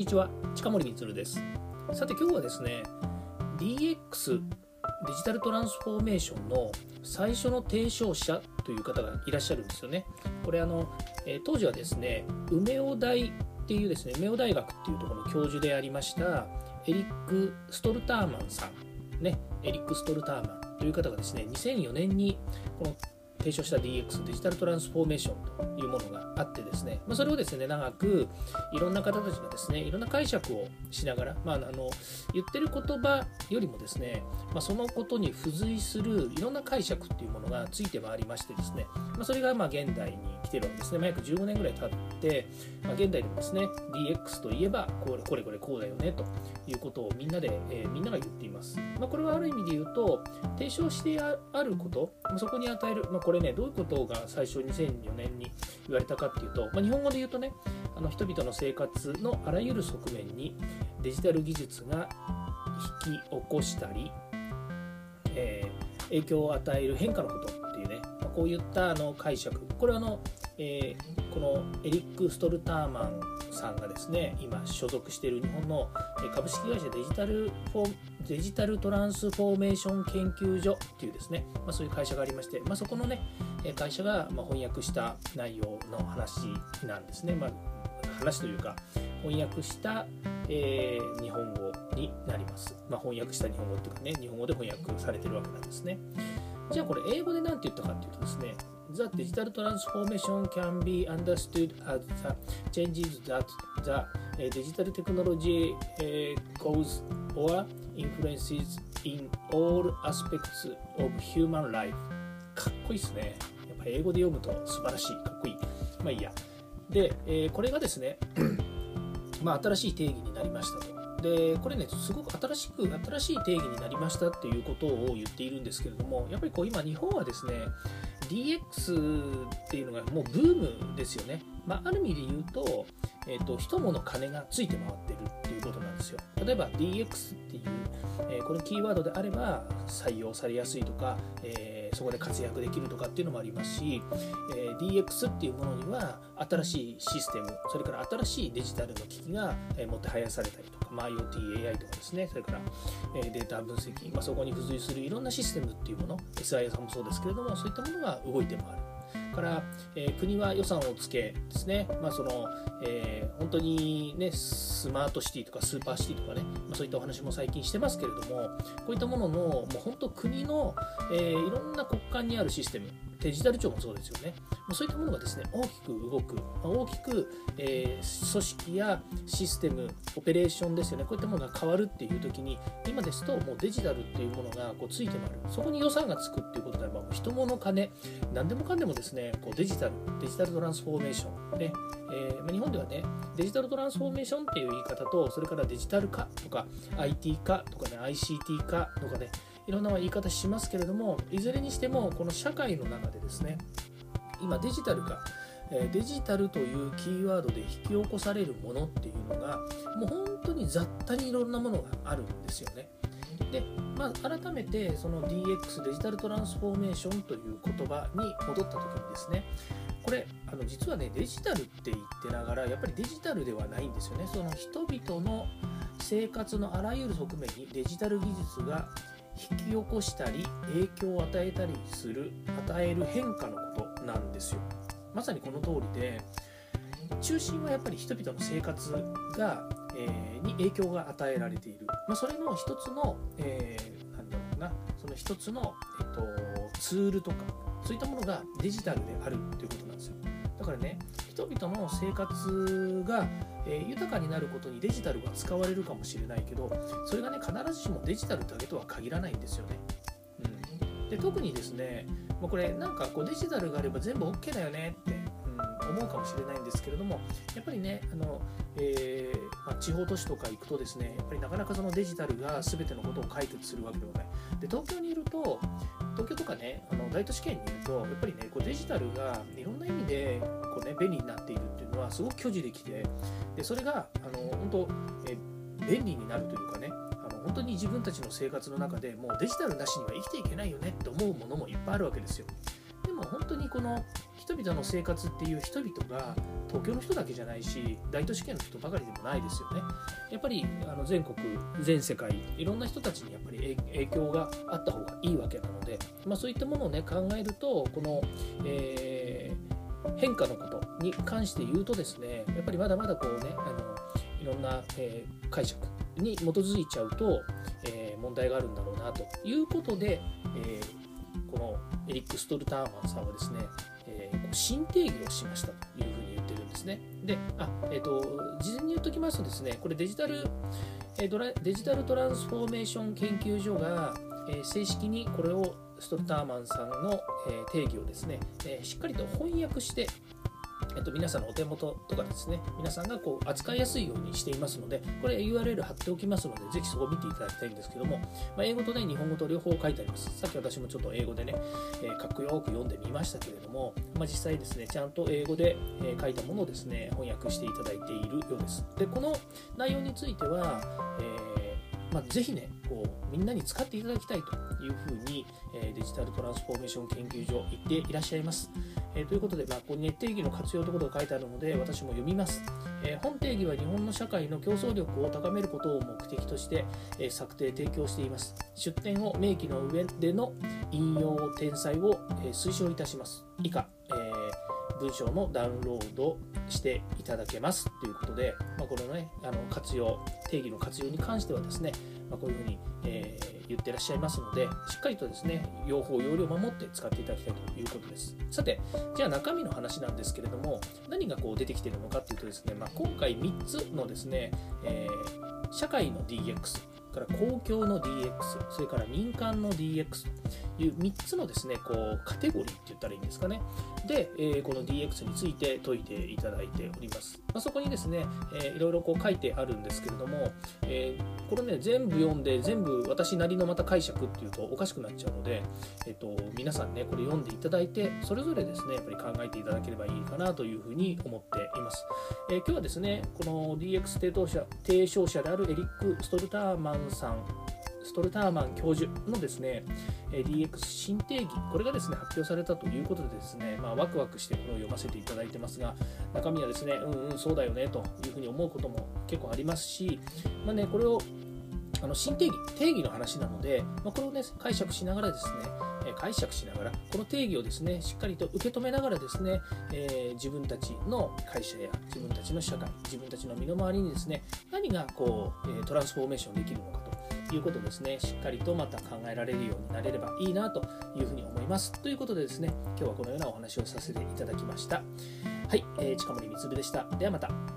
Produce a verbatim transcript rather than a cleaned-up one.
にちは、近森光です。さて今日はですね、ディーエックス デジタルトランスフォーメーションの最初の提唱者という方がいらっしゃるんですよね。これあの、えー、当時はですね、梅尾大っていうですね、梅尾大学っていうところの教授でありましたエリック・ストルターマンさんね、エリック・ストルターマンという方がですね、にせんよねんにこの提唱した ディーエックス デジタルトランスフォーメーションというものがあってですね、まあ、それをですね長くいろんな方たちがですねいろんな解釈をしながら、まあ、あの言ってる言葉よりもですね、まあ、そのことに付随するいろんな解釈っていうものがついて回りましてですね、まあ、それがまあ現代に来てるわけですね。まあ、約じゅうごねんぐらい経って、まあ、現代でもですね ディーエックス といえばこれこれこれこうだよねということをみんなで、えー、みんなが言っています。まあ、これはある意味で言うと提唱してあること、そこに与える、まあ、これねどういうことが最初にせんよねんに言われたかっていうと、まあ、日本語で言うとね、あの人々の生活のあらゆる側面にデジタル技術が引き起こしたり、えー、影響を与える変化のことっていうね、まあ、こういったあの解釈、これはあの、えー、このエリック・ストルターマンさんがですね今所属している日本の株式会社デジタルフォーデジタルトランスフォーメーション研究所っていうですね、まあ、そういう会社がありまして、まあ、そこのね会社がまあ翻訳した内容の話なんですね。まあ、話というか翻訳した、えー、日本語になります。まあ、翻訳した日本語っていうかね、日本語で翻訳されてるわけなんですね。じゃあこれ英語で何て言ったかっていうとですね、The digital transformation can be understood as the changes that the digital technology causes or influences in all aspects of human life。 かっこいいですね。やっぱ英語で読むと素晴らしい、かっこいい。まあいいや。で、えー、これがですね、まあ新しい定義になりましたと。でこれねすごく新しく新しい定義になりましたっていうことを言っているんですけれども、やっぱりこう今日本はですね ディーエックス っていうのがもうブームですよね。まあ、ある意味で言うと、えーと、人物金がついて回ってるっていうことなんですよ。例えば ディーエックス っていう、えー、このキーワードであれば採用されやすいとか、えー、そこで活躍できるとかっていうのもありますし、えー、ディーエックス っていうものには新しいシステム、それから新しいデジタルの機器が、えー、もてはやされたりとか、まあ、IoT、エーアイ とかですね、それから、えー、データ分析、まあ、そこに付随するいろんなシステムっていうもの、エスアイエス もそうですけれども、そういったものが動いて回る。から、えー、国は予算をつけですね、まあそのえー、本当に、ね、スマートシティとかスーパーシティとかね、まあ、そういったお話も最近してますけれども、こういったもののもう本当国の、えー、いろんな国間にあるシステム、デジタル庁もそうですよね、そういったものがですね大きく動く、大きく、えー、組織やシステム、オペレーションですよね、こういったものが変わるっていう時に、今ですともうデジタルっていうものがこうついて回る、そこに予算がつくっていうことであれば、もう人物金、何でもかんでもですねこうデジタル、デジタルトランスフォーメーションで、えーまあ、日本ではねデジタルトランスフォーメーションっていう言い方と、それからデジタル化とか アイティー 化とかね アイシーティー 化とかね、いろんな言い方しますけれども、いずれにしてもこの社会の中でですね今デジタル化、デジタルというキーワードで引き起こされるものっていうのがもう本当に雑多にいろんなものがあるんですよね。で、まあ、改めてその ディーエックス デジタルトランスフォーメーションという言葉に戻った時にですね、これあの実はねデジタルって言ってながらやっぱりデジタルではないんですよね。その人々の生活のあらゆる側面にデジタル技術が引き起こしたり影響を与えたりする、与える変化のことなんですよ。まさにこの通りで、中心はやっぱり人々の生活が、えー、に影響が与えられている、まあ、それの一つの、えー、なんだろうな、その一つの、えっと、ツールとかそういったものがデジタルであるということなんですよ。だからね、人々の生活が、えー、豊かになることにデジタルが使われるかもしれないけど、それがね必ずしもデジタルだけとは限らないんですよね。うん、で特にですね、もうこれなんかこうデジタルがあれば全部 OK だよねって、うん、思うかもしれないんですけれども、やっぱりねあの、えーまあ、地方都市とか行くとですね、やっぱりなかなかそのデジタルが全てのことを解決するわけではない。で東京にいると、東京とかねあの大都市圏にいるとやっぱりねこうデジタルがいろんな意味でこう、ね、便利になっているっていうのはすごく巨示できて、でそれがあの本当、え便利になるというかね、あの本当に自分たちの生活の中でもうデジタルなしには生きていけないよねって思うものもいっぱいあるわけですよ。でも本当にこの人人々の生活っていう人々が東京の人だけじゃないし、大都市圏の人ばかりでもないですよね。やっぱりあの全国全世界いろんな人たちにやっぱり影響があった方がいいわけなので、まあ、そういったものをね考えると、この、えー、変化のことに関して言うとですね、やっぱりまだまだこうねあのいろんな、えー、解釈に基づいちゃうと、えー、問題があるんだろうなということで、えー、このエリック・ストルターマンさんはですね、えー、新定義をしましたというふうに言ってるんですね。で、あ、えーと、事前に言っときますとですね、これデジタル、えー、ドラデジタルトランスフォーメーション研究所が、えー、正式にこれをストルターマンさんの、えー、定義をですね、えー、しっかりと翻訳して、えっと、皆さんのお手元とかですね、皆さんがこう扱いやすいようにしていますので、これ ユーアールエル 貼っておきますので、ぜひそこを見ていただきたいんですけども、まあ、英語とね、日本語と両方書いてあります。さっき私もちょっと英語でね、えー、かっこよく読んでみましたけれども、まあ、実際ですね、ちゃんと英語で、えー、書いたものをですね、翻訳していただいているようです。で、この内容については、えーまあ、ぜひね、こうみんなに使っていただきたいというふうに、えー、デジタルトランスフォーメーション研究所言っていらっしゃいます。えー、ということで、まあ、ここに、ね、定義の活用ということが書いてあるので、私も読みます。えー、本定義は日本の社会の競争力を高めることを目的として、えー、策定・提供しています。出典を明記の上での引用転載を、えー、推奨いたします。以下、えー、文章のダウンロードしていただけますということで、まあ、このね、あの活用、定義の活用に関してはですね、まあ、こういうふうに、えー、言ってらっしゃいますので、しっかりとですね、用法、用量を守って使っていただきたいということです。さて、じゃあ中身の話なんですけれども、何がこう出てきているのかというとですね、まあ、今回みっつのですね、えー、社会の ディーエックス、から公共の ディーエックス、それから民間の ディーエックスというみっつのですね、こうカテゴリーって言ったらいいんですかね。で、えー、この ディーエックス について解いていただいております。まあ、そこにですね、えー、いろいろこう書いてあるんですけれども、えー、これね、全部読んで、全部私なりのまた解釈っていうとおかしくなっちゃうので、えっと、皆さんね、これ読んでいただいて、それぞれですね、やっぱり考えていただければいいかなというふうに思っています。えー、今日はですね、この ディーエックス 提唱者、提唱者であるエリック・ストルターマンさん、ストルターマン教授のですね、ディーエックス 新定義、これがですね、発表されたということでですね、まあ、ワクワクしてこれを読ませていただいてますが、中身はですね、うんうん、そうだよねというふうに思うことも結構ありますし、まあね、これをあの新定義、定義の話なので、まあ、これをね、解釈しながらですね、解釈しながら、この定義をですね、しっかりと受け止めながらですね、えー、自分たちの会社や自分たちの社会、自分たちの身の回りにですね、何がこうトランスフォーメーションできるのかということをですね、しっかりとまた考えられるようになれればいいなというふうに思います。ということでですね、今日はこのようなお話をさせていただきました。はい、えー、近森光でした。ではまた。